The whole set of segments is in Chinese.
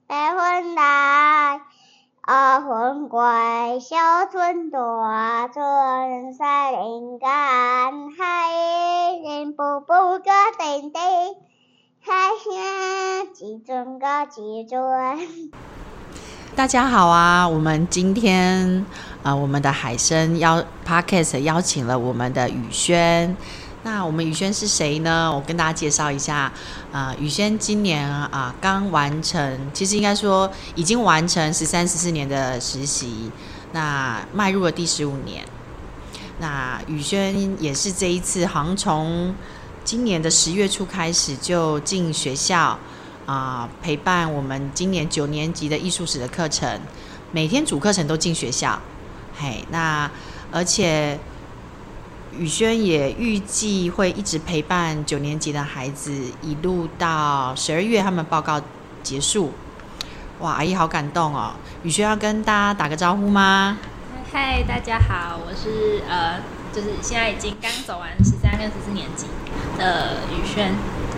白云来，云归，小村大村西林间，海人步步个定定，海声一阵个一阵。 大家好啊！我们今天我们的海声Podcast 邀请了我们的宇轩。那我们宇轩是谁呢？我跟大家介绍一下。宇轩今年刚完成，其实应该说已经完成13、14年的实习，那迈入了第15年。那宇轩也是这一次，好像从今年的10月初开始就进学校。陪伴我们今年9年级的艺术史的课程，每天主课程都进学校。那而且宇轩也预计会一直陪伴9年级的孩子，一路到12月他们报告结束。哇，阿姨好感动哦！宇轩要跟大家打个招呼吗？ 嗨，大家好，我是就是现在已经刚走完13跟14年级的宇轩。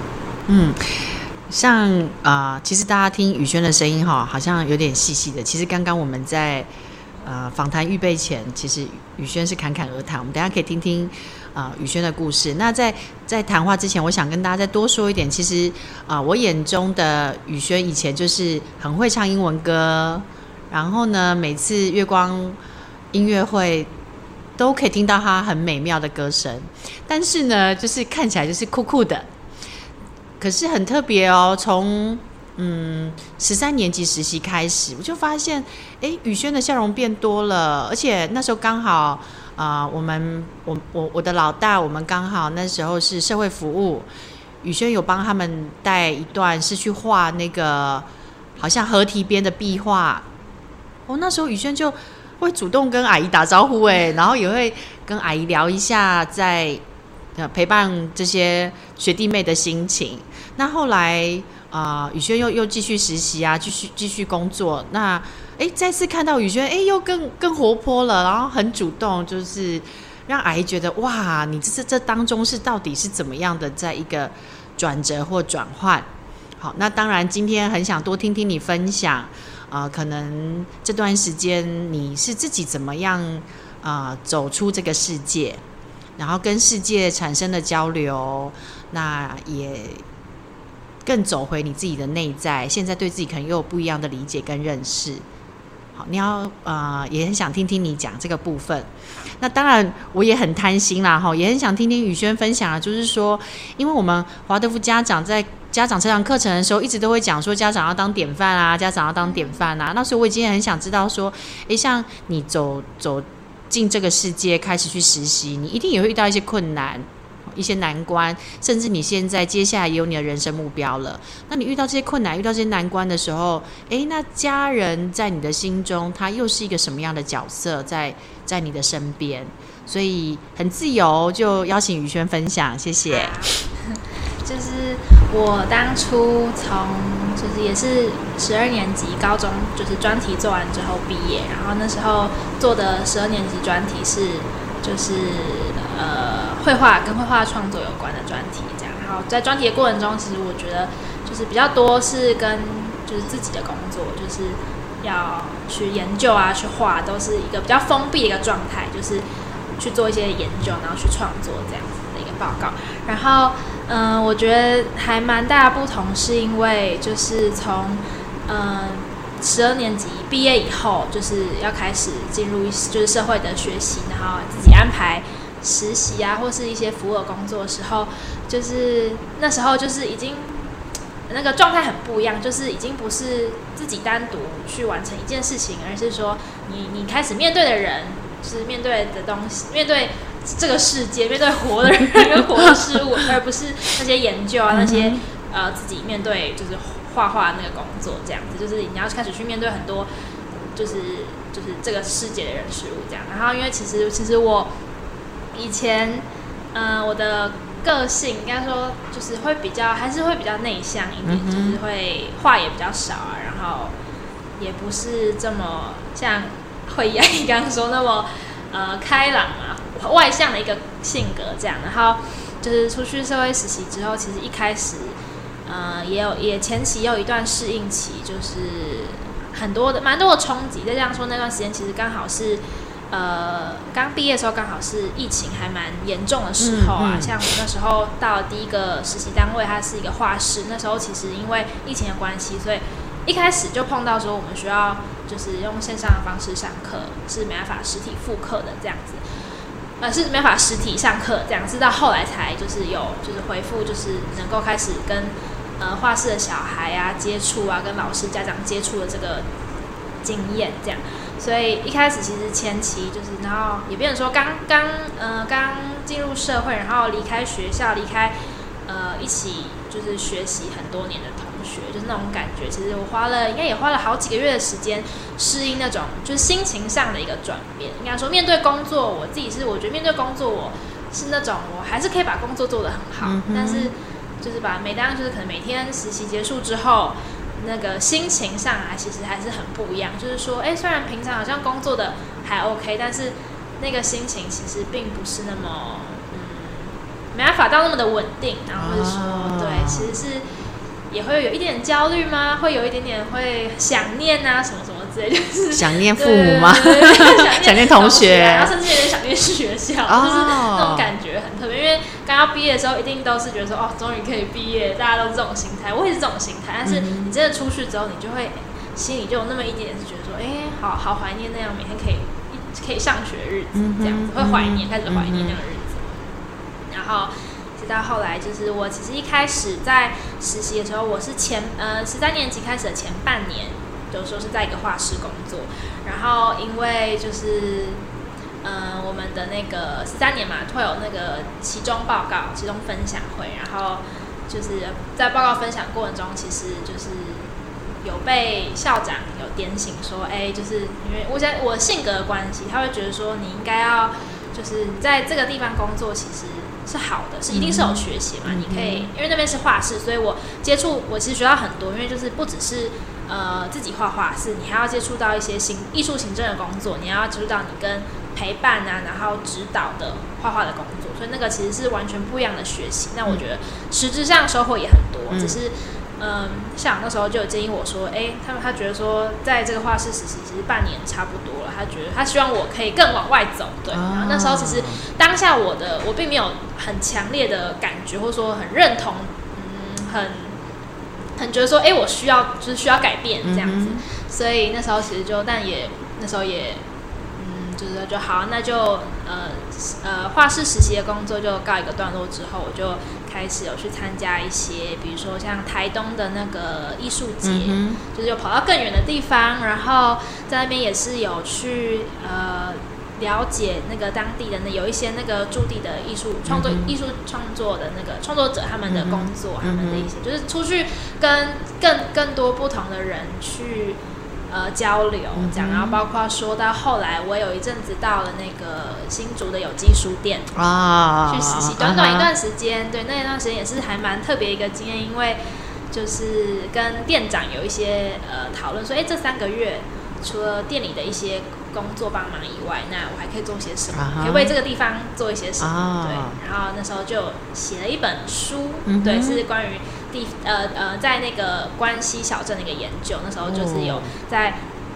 像其实大家听宇轩的声音好像有点细细的。其实刚刚我们在访谈预备前，其实宇轩是侃侃而谈。我们等一下可以听听宇轩的故事。那在谈话之前，我想跟大家再多说一点。其实我眼中的宇轩以前就是很会唱英文歌，然后呢，每次月光音乐会都可以听到他很美妙的歌声。但是呢，就是看起来就是酷酷的。可是很特别哦，从13年级实习开始，我就发现，宇轩的笑容变多了，而且那时候刚好，我的老大，我们刚好那时候是社会服务，宇轩有帮他们带一段是去画那个好像河堤边的壁画，那时候宇轩就会主动跟阿姨打招呼然后也会跟阿姨聊一下在陪伴这些学弟妹的心情。那后来宇轩又继续实习啊，继续工作。那再次看到宇轩又更活泼了，然后很主动，就是让阿姨觉得哇，你这当中是到底是怎么样的在一个转折或转换。好，那当然今天很想多听听你分享可能这段时间你是自己怎么样走出这个世界，然后跟世界产生的交流，那也更走回你自己的内在，现在对自己可能又有不一样的理解跟认识。好，你要也很想听听你讲这个部分。那当然我也很贪心啦，也很想听听宇轩分享就是说，因为我们华德福家长在家长成长课程的时候一直都会讲说家长要当典范啊，家长要当典范啊。那所以我已经很想知道说，像你走进这个世界开始去实习，你一定也会遇到一些困难，一些难关，甚至你现在接下来也有你的人生目标了。那你遇到这些困难，遇到这些难关的时候，那家人在你的心中他又是一个什么样的角色在你的身边？所以很自由，就邀请宇轩分享，谢谢。 就是我当初就是也是12年级高中，就是专题做完之后毕业，然后那时候做的12年级专题是就是绘画跟绘画创作有关的专题这样。然后在专题的过程中，其实我觉得就是比较多是跟就是自己的工作，就是要去研究啊，去画，都是一个比较封闭的一个状态，就是去做一些研究，然后去创作这样子的一个报告。然后我觉得还蛮大的不同，是因为就是从12年级毕业以后，就是要开始进入就是社会的学习，然后自己安排实习啊，或是一些服务的工作的时候，就是那时候就是已经那个状态很不一样，就是已经不是自己单独去完成一件事情，而是说你开始面对的人，就是面对的东西，面对这个世界，面对活的人跟活的事物，而不是那些研究啊，那些自己面对就是画画那个工作这样子，就是你要开始去面对很多就是这个世界的人事物这样。然后因为其实我以前我的个性应该说就是还是会比较内向一点，就是会话也比较少啊，然后也不是这么像慧雅你刚刚说那么开朗啊外向的一个性格这样。然后就是出去社会实习之后，其实一开始也前期也有一段适应期，就是蛮多的冲击。再这样说，那段时间其实刚好是刚毕业的时候，刚好是疫情还蛮严重的时候啊。像我那时候到了第一个实习单位，它是一个画室，那时候其实因为疫情的关系，所以一开始就碰到说我们需要就是用线上的方式上课，是没办法实体复课的这样子。是没办法实体上课这样，是到后来才就是回复，就是能够开始跟画室的小孩啊接触啊，跟老师家长接触的这个经验这样。所以一开始其实前期就是，然后也变成说刚进入社会，然后离开学校，离开一起就是学习很多年的同学，就是那种感觉。其实我应该也花了好几个月的时间适应那种就是心情上的一个转变。应该说面对工作，我觉得面对工作我是那种我还是可以把工作做得很好，但是就是每当就是可能每天实习结束之后，那个心情上其实还是很不一样。就是说，虽然平常好像工作的还 OK， 但是那个心情其实并不是那么没办法到那么的稳定。然后或者说，对，其实是也会有一点焦虑吗？会有一点点会想念啊什么什么之类，就是想念父母吗？想念同学， 然后甚至有点想念学校，就是那种感觉很特别。因为刚要毕业的时候，一定都是觉得说终于可以毕业，大家都是这种心态，我也是这种心态。但是你真的出去之后，你就会心里就有那么一点是觉得说，好怀念那样每天可以上学的日子，这样子会开始怀念那样的日子。然后直到后来，就是我其实一开始在实习的时候，我是13年级开始的前半年，有时候是在一个画室工作。然后因为就是我们的那个13年嘛，会有那个期中报告、期中分享会，然后就是在报告分享过程中，其实就是有被校长有点醒说，就是因为我性格的关系，他会觉得说你应该要就是在这个地方工作，其实是好的，是一定是有学习嘛。你可以因为那边是画室，所以我其实学到很多，因为就是不只是自己画画，是你还要接触到一些艺术行政的工作，你要接触到你跟陪伴啊，然后指导的画画的工作，所以那个其实是完全不一样的学习。那我觉得实质上收获也很多，只是校长那时候就有建议我说，他觉得说在这个画室实习其实半年差不多了，他希望我可以更往外走，对。然后那时候其实当下我并没有很强烈的感觉，或者说很认同，很觉得说，我需要改变这样子。所以那时候其实那时候也就是就好，那就画室实习的工作就告一个段落之后，我就开始有去参加一些，比如说像台东的那个艺术节，就是有跑到更远的地方，然后在那边也是有去了解那个当地的有一些那个驻地的艺术创作的那个创作者他们的工作，他们的一些就是出去跟更多不同的人去交流这样。然后包括说到后来，我有一阵子到了那个新竹的有机书店去实习，短短一段时间，对，那一段时间也是还蛮特别一个经验，因为就是跟店长有一些讨论说，这3个月除了店里的一些工作帮忙以外，那我还可以做些什么？可以为这个地方做一些什么？对。然后那时候就写了一本书，对，是关于在那个关西小镇的一个研究。那时候就是有在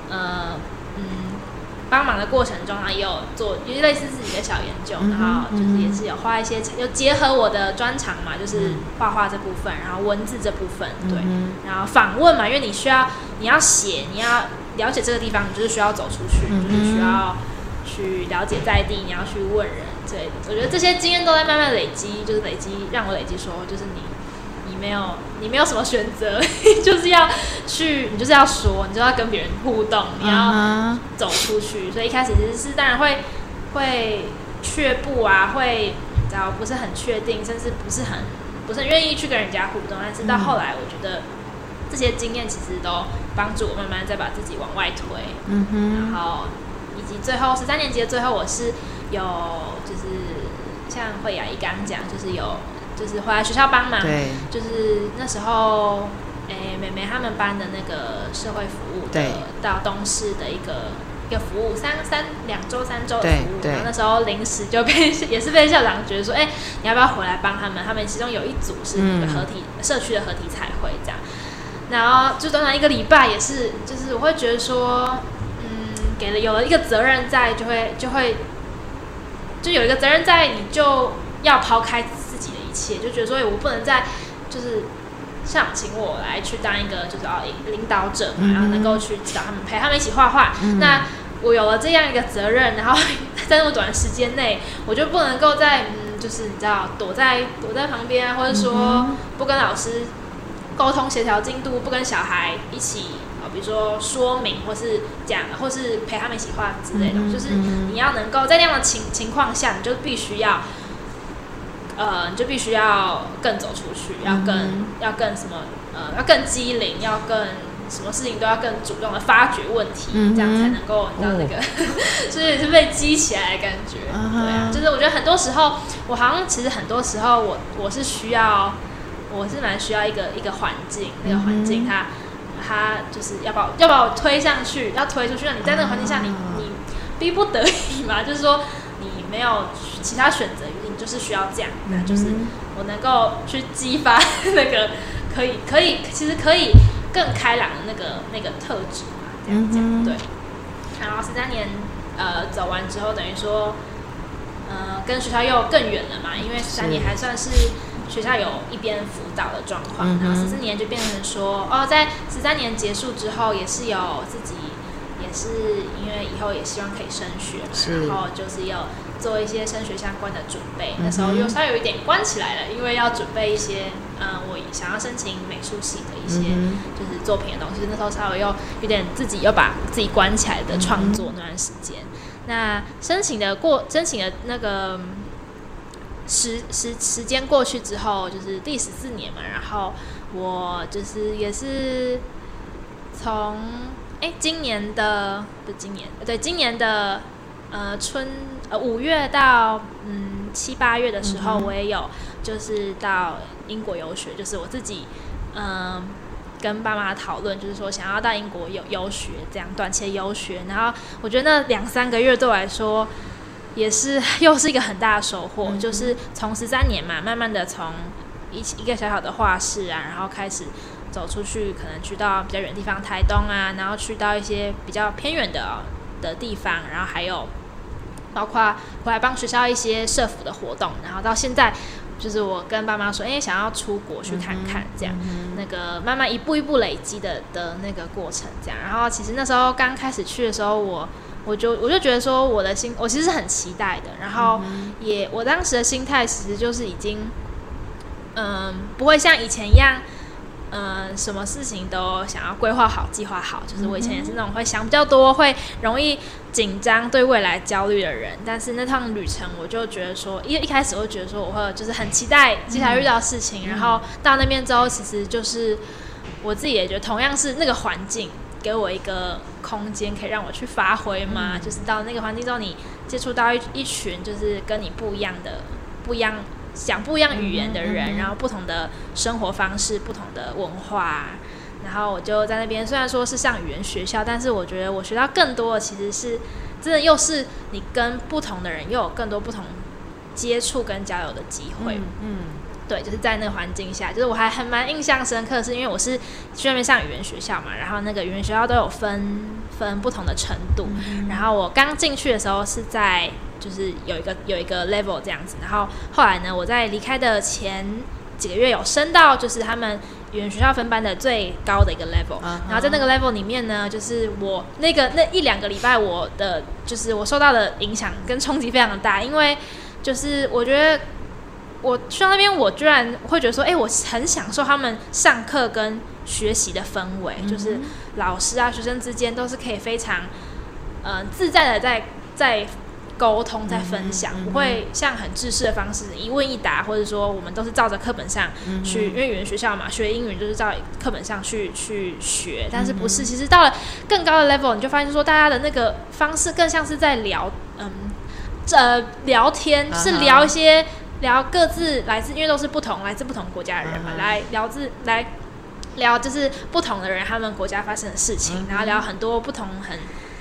帮忙的过程中，也有做类似自己的小研究，然后就是也是有画一些，就结合我的专长嘛，就是画画这部分，然后文字这部分，对，然后访问嘛，因为你要写，你要了解这个地方，你就是需要走出去，就是需要去了解在地，你要去问人之类的。我觉得这些经验都在慢慢累积，就是让我累积说，就是你没有什么选择，就是要去，你就是要说，你就要跟别人互动，你要走出去。所以一开始其实是当然会却步啊，会你知道不是很确定，甚至不是很愿意去跟人家互动。但是到后来，我觉得这些经验其实都帮助我慢慢再把自己往外推。然后以及最后13年级的最后，我是有就是像慧雅一刚刚讲，就是回来学校帮忙，就是那时候，妹妹他们班的那个社会服务的，到东市的一个一个服务2周3周的服务， 对， 然后那时候临时就也是被校长觉得说，你要不要回来帮他们？他们其中有一组是那个社区的合体彩绘这样，然后就短短1个礼拜，也是就是我会觉得说，有了一个责任在，就有一个责任在，你就要抛开自己的一切，就觉得说，我不能再就是校长请我来去当一个就是领导者嘛，然后能够去指导他们，陪他们一起画画。那我有了这样一个责任，然后在那么短的时间内，我就不能够再就是你知道躲在旁边，或者说不跟老师沟通协调进度，不跟小孩一起。比如说说明，或是讲，或是陪他们一起画之类的，就是你要能够在那样的情况下，你就必须要更走出去，要更什么要更机灵，要更什么事情都要更主动的发掘问题，这样才能够让那个就是是被激起来的感觉。对啊，就是我觉得很多时候，我好像其实很多时候我是蛮需要一个环境，那个环境它就是要把我推上去，要推出去。让你在那个环境下，你逼不得已嘛，就是说你没有其他选择，你就是需要这样。那就是我能够去激发那个其实可以更开朗的那个特质嘛，这样讲对。然后13年走完之后，等于说跟学校又更远了嘛，因为13年还算是。学校有一边辅导的状况，然后14年就变成说，在13年结束之后，也是有自己，也是因为以后也希望可以升学嘛，然后就是有做一些升学相关的准备。那时候又稍微有一点关起来了，因为要准备一些，我想要申请美术系的一些就是作品的东西。那时候稍微有点自己又把自己关起来的创作那段时间。那申请的那个。时间过去之后，就是第14年嘛，然后我就是也是从今年的5月到7、8月的时候，我也有就是到英国游学，就是我自己跟爸妈讨论，就是说想要到英国游学，这样短期的游学。然后我觉得那2-3个月对我来说。又是一个很大的收获，就是从13年嘛，慢慢的从一个小小的画室啊，然后开始走出去，可能去到比较远的地方，台东啊，然后去到一些比较偏远的地方，然后还有包括回来帮学校一些社服的活动，然后到现在就是我跟爸妈说，想要出国去看看，这样那个慢慢一步一步累积的那个过程，这样。然后其实那时候刚开始去的时候，我就觉得说我其实是很期待的，然后我当时的心态其实就是已经不会像以前一样什么事情都想要规划好计划好，就是我以前也是那种会想比较多，会容易紧张对未来焦虑的人。但是那趟旅程我就觉得说一开始我就觉得说我会就是很期待接下来遇到的事情，然后到那边之后其实就是我自己也觉得同样是那个环境给我一个空间可以让我去发挥嘛，就是到那个环境之后，你接触到一群就是跟你不一样讲不一样语言的人，然后不同的生活方式，不同的文化，然后我就在那边虽然说是上语言学校，但是我觉得我学到更多的其实是真的又是你跟不同的人又有更多不同接触跟交友的机会。对，就是在那个环境下，就是我还蛮印象深刻，是因为我是去那边上语言学校嘛，然后那个语言学校都有分不同的程度，然后我刚进去的时候是在就是有一个 level 这样子，然后后来呢，我在离开的前几个月有升到就是他们语言学校分班的最高的一个 level，然后在那个 level 里面呢，就是我那1-2个礼拜就是我受到的影响跟冲击非常的大，因为就是我觉得。我去到那边，我居然会觉得说，我很享受他们上课跟学习的氛围，就是老师啊、学生之间都是可以非常自在的在沟通、在分享，不会像很制式的方式一问一答，或者说我们都是照着课本上去，因为语言学校嘛，学英语就是照课本上去学，但是不是，其实到了更高的 level， 你就发现说大家的那个方式更像是在聊天，是聊一些。聊各自来自，因为都是来自不同国家的人嘛，来聊就是不同的人他们国家发生的事情，然后聊很多不同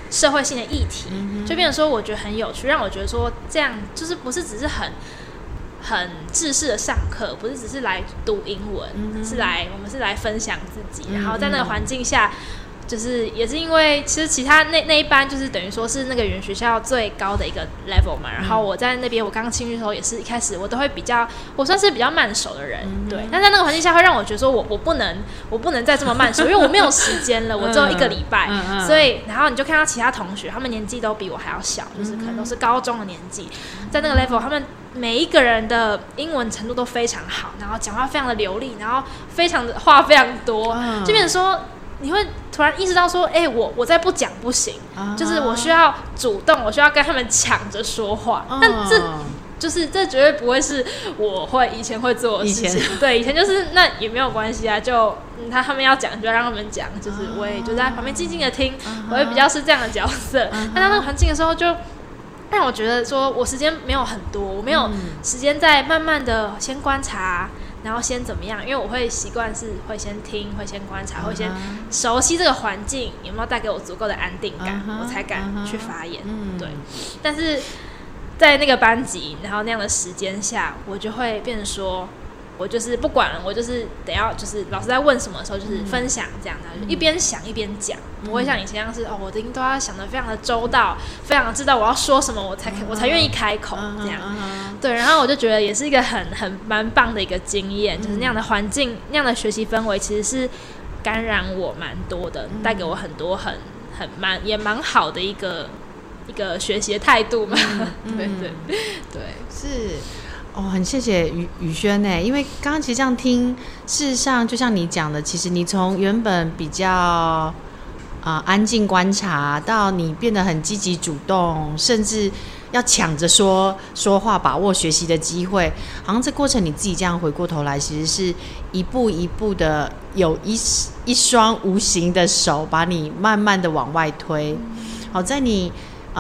社会性的议题，就变成说我觉得很有趣，让我觉得说这样就是不是只是很制式的上课，不是只是来读英文，我们是来分享自己，然后在那个环境下。就是也是因为其实其他那一班就是等于说是那个语言学校最高的一个 level 嘛，然后我在那边我刚进去的时候也是一开始我都会我算是比较慢熟的人，对，但在那个环境下会让我觉得说我不能再这么慢熟，因为我没有时间了，我只有1个礼拜，所以然后你就看到其他同学他们年纪都比我还要小，就是可能都是高中的年纪，在那个 level 他们每一个人的英文程度都非常好，然后讲话非常的流利，然后话非常多，就变成说你会突然意识到说，我再不讲不行，就是我需要主动，我需要跟他们抢着说话。但这绝对不会是我以前会做的事情。对，以前就是那也没有关系啊，就他们要讲就让他们讲，就是我也就在旁边静静的听，我也比较是这样的角色。但在那个环境的时候就。让我觉得说我时间没有很多，我没有时间在慢慢的先观察，然后先怎么样，因为我会习惯是会先听，会先观察，会先熟悉这个环境有没有带给我足够的安定感，我才敢去发言。对，但是在那个班级，然后那样的时间下，我就会变成说。我就是不管了，我就是得要，就是老师在问什么的时候，就是分享这样的，一边想一边讲，不会像以前那样是我的都要想得非常的周到，非常的知道我要说什么，我才愿意开口这样。对，然后我就觉得也是一个蛮棒的一个经验，就是那样的环境，那样的学习氛围，其实是感染我蛮多的，带给我很多也蛮好的一个学习的态度嘛。对， 是。很谢谢宇轩呢，因为刚刚其实这样听，事实上就像你讲的，其实你从原本比较安静观察，到你变得很积极主动，甚至要抢着说话，把握学习的机会，好像这过程你自己这样回过头来，其实是一步一步的，有一双无形的手把你慢慢的往外推。好，在你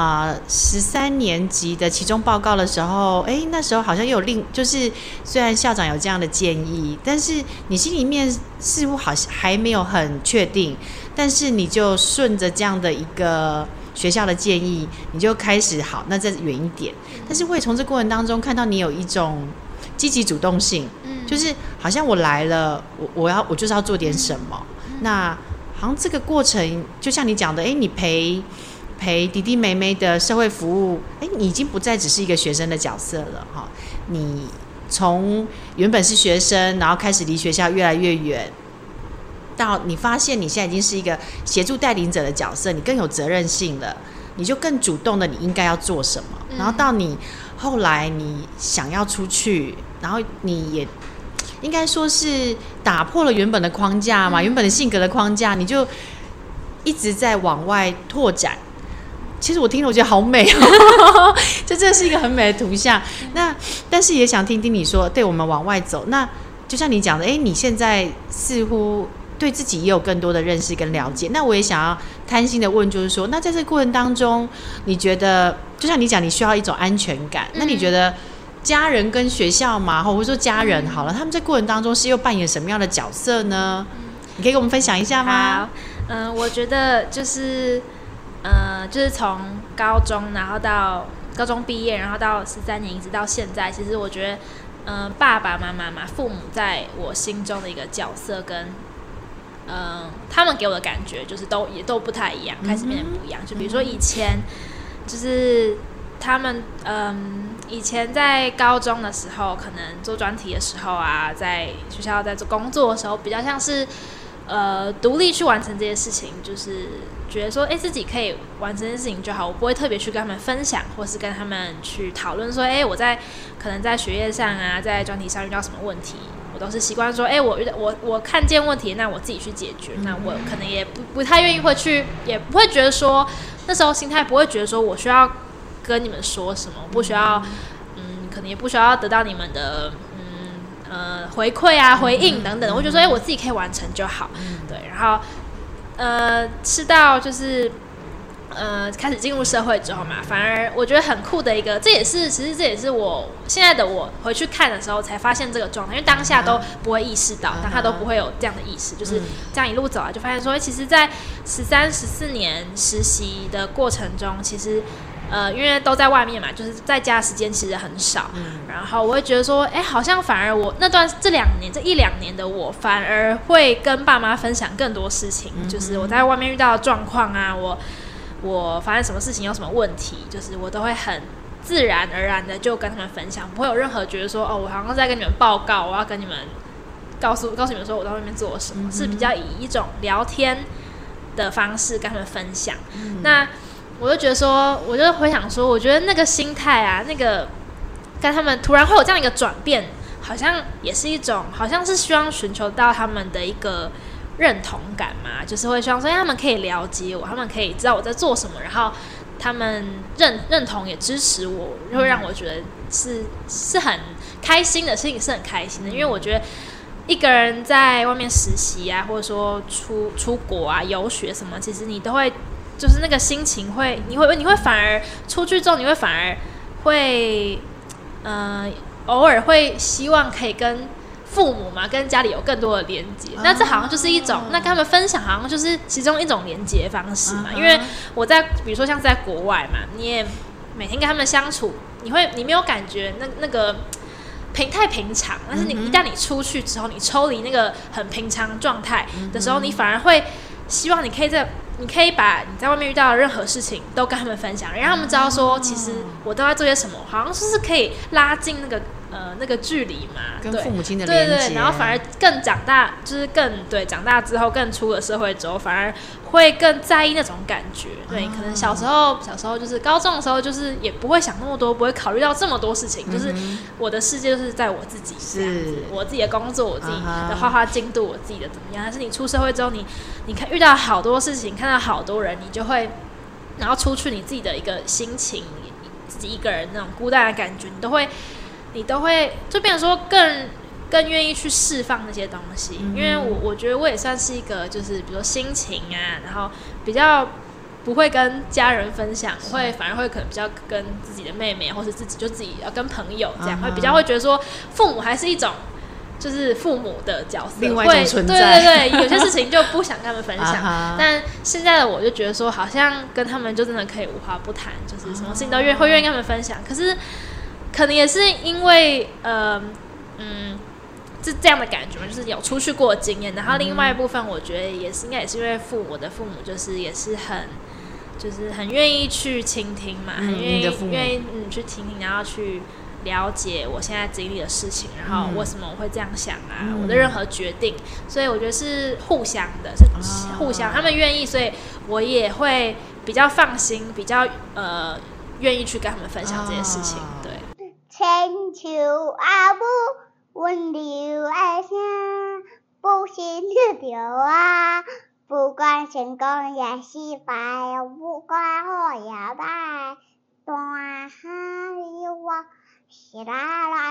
13年级的期中报告的时候，那时候好像有就是虽然校长有这样的建议，但是你心里面似乎好像还没有很确定，但是你就顺着这样的一个学校的建议，你就开始好，那再远一点。但是会从这过程当中看到你有一种积极主动性，就是好像我来了，我就是要做点什么。那好像这个过程，就像你讲的，你陪弟弟妹妹的社会服务，你已经不再只是一个学生的角色了哈。你从原本是学生，然后开始离学校越来越远，到你发现你现在已经是一个协助带领者的角色，你更有责任性了，你就更主动的你应该要做什么。然后到你后来你想要出去，然后你也应该说是打破了原本的框架嘛，原本的性格的框架，你就一直在往外拓展。其实我听了我觉得好美哦，这真的是一个很美的图像。那但是也想听听你说，对我们往外走，那就像你讲的，你现在似乎对自己也有更多的认识跟了解。那我也想要贪心的问，就是说，那在这个过程当中，你觉得就像你讲，你需要一种安全感，那你觉得家人跟学校嘛，或者说家人好了，他们在过程当中是又扮演什么样的角色呢？你可以跟我们分享一下吗？ 好，我觉得就是从高中，然后到高中毕业，然后到13年一直到现在，其实我觉得，爸爸妈妈父母在我心中的一个角色跟，他们给我的感觉就是也都不太一样，开始变得不一样。就比如说以前，就是他们，以前在高中的时候，可能做专题的时候啊，在学校在做工作的时候，比较像是。独立去完成这些事情，就是觉得说，自己可以完成这些事情就好，我不会特别去跟他们分享，或是跟他们去讨论说，我可能在学业上啊，在专题上遇到什么问题，我都是习惯说，我看见问题，那我自己去解决，那我可能也不太愿意会去，也不会觉得说，那时候心态不会觉得说我需要跟你们说什么，不需要，可能也不需要得到你们的。回馈啊、回应等等，我就说，我自己可以完成就好。对，然后，吃到就是开始进入社会之后嘛，反而我觉得很酷的一个，其实这也是我现在的我回去看的时候才发现这个状态，因为当下都不会意识到，当下都不会有这样的意识，就是这样一路走来就发现说，其实在13、14年实习的过程中，其实因为都在外面嘛，就是在家时间其实很少，然后我会觉得说，好像反而我这1、2年的我，反而会跟爸妈分享更多事情，就是我在外面遇到的状况啊，我发生什么事情有什么问题，就是我都会很自然而然的就跟他们分享，不会有任何觉得说我好像在跟你们报告，我要跟你们告诉你们说我在外面做了什么，是比较以一种聊天的方式跟他们分享。那我就觉得说，我就回想说，我觉得那个心态啊，那个跟他们突然会有这样一个转变，好像也是一种，好像是希望寻求到他们的一个认同感嘛，就是会希望说他们可以了解我，他们可以知道我在做什么，然后他们认同也支持我，会让我觉得是很开心的事情，是很开心的，因为我觉得一个人在外面实习啊，或者说出国啊、游学什么，其实你都会就是那个心情会，你会反而出去之后，你会反而会偶尔会希望可以跟父母嘛，跟家里有更多的连接，那这好像就是一种，那跟他们分享好像就是其中一种连接方式嘛。因为我比如说像在国外嘛，你也每天跟他们相处，你没有感觉那个太平常，但是一旦你出去之后，你抽离那个很平常状态的时候，你反而会希望你可以把你在外面遇到的任何事情都跟他们分享，让他们知道说，其实我都在做些什么，好像是可以拉近那个距离嘛， 跟父母亲的连接， 对，然后反而更长大，就是长大之后，更出了社会之后，反而会更在意那种感觉。对，可能小时候就是高中的时候，就是也不会想那么多，不会考虑到这么多事情，就是我的世界就是在我自己这样子，我自己的工作，我自己的画画进度，我自己的怎么样。但是你出社会之后，你遇到好多事情，看到好多人，你就会，然后出去你自己的一个心情，自己一个人那种孤单的感觉，你都会就变成说更愿意去释放那些东西，因为我觉得我也算是一个就是比如说心情啊，然后比较不会跟家人分享，反而会可能比较跟自己的妹妹或是自己要跟朋友这样，会比较会觉得说父母还是一种就是父母的角色， 另外一种存在。 对，有些事情就不想跟他们分享。但现在的我就觉得说，好像跟他们就真的可以无话不谈，就是什么事情都会愿意跟他们分享。可是可能也是因为这样的感觉嘛，就是有出去过的经验。然后另外一部分，我觉得应该也是因为我的父母就是也是很愿意去倾听嘛，很愿意去倾听，然后去了解我现在经历的事情，然后为什么我会这样想啊，我的任何决定，所以我觉得是互相的，是互相，他们愿意，所以我也会比较放心，比较愿意去跟他们分享这些事情。对。 千秋阿母温柔的声，不心就着啊，不管成功也失败，不管好也歹，大海我是来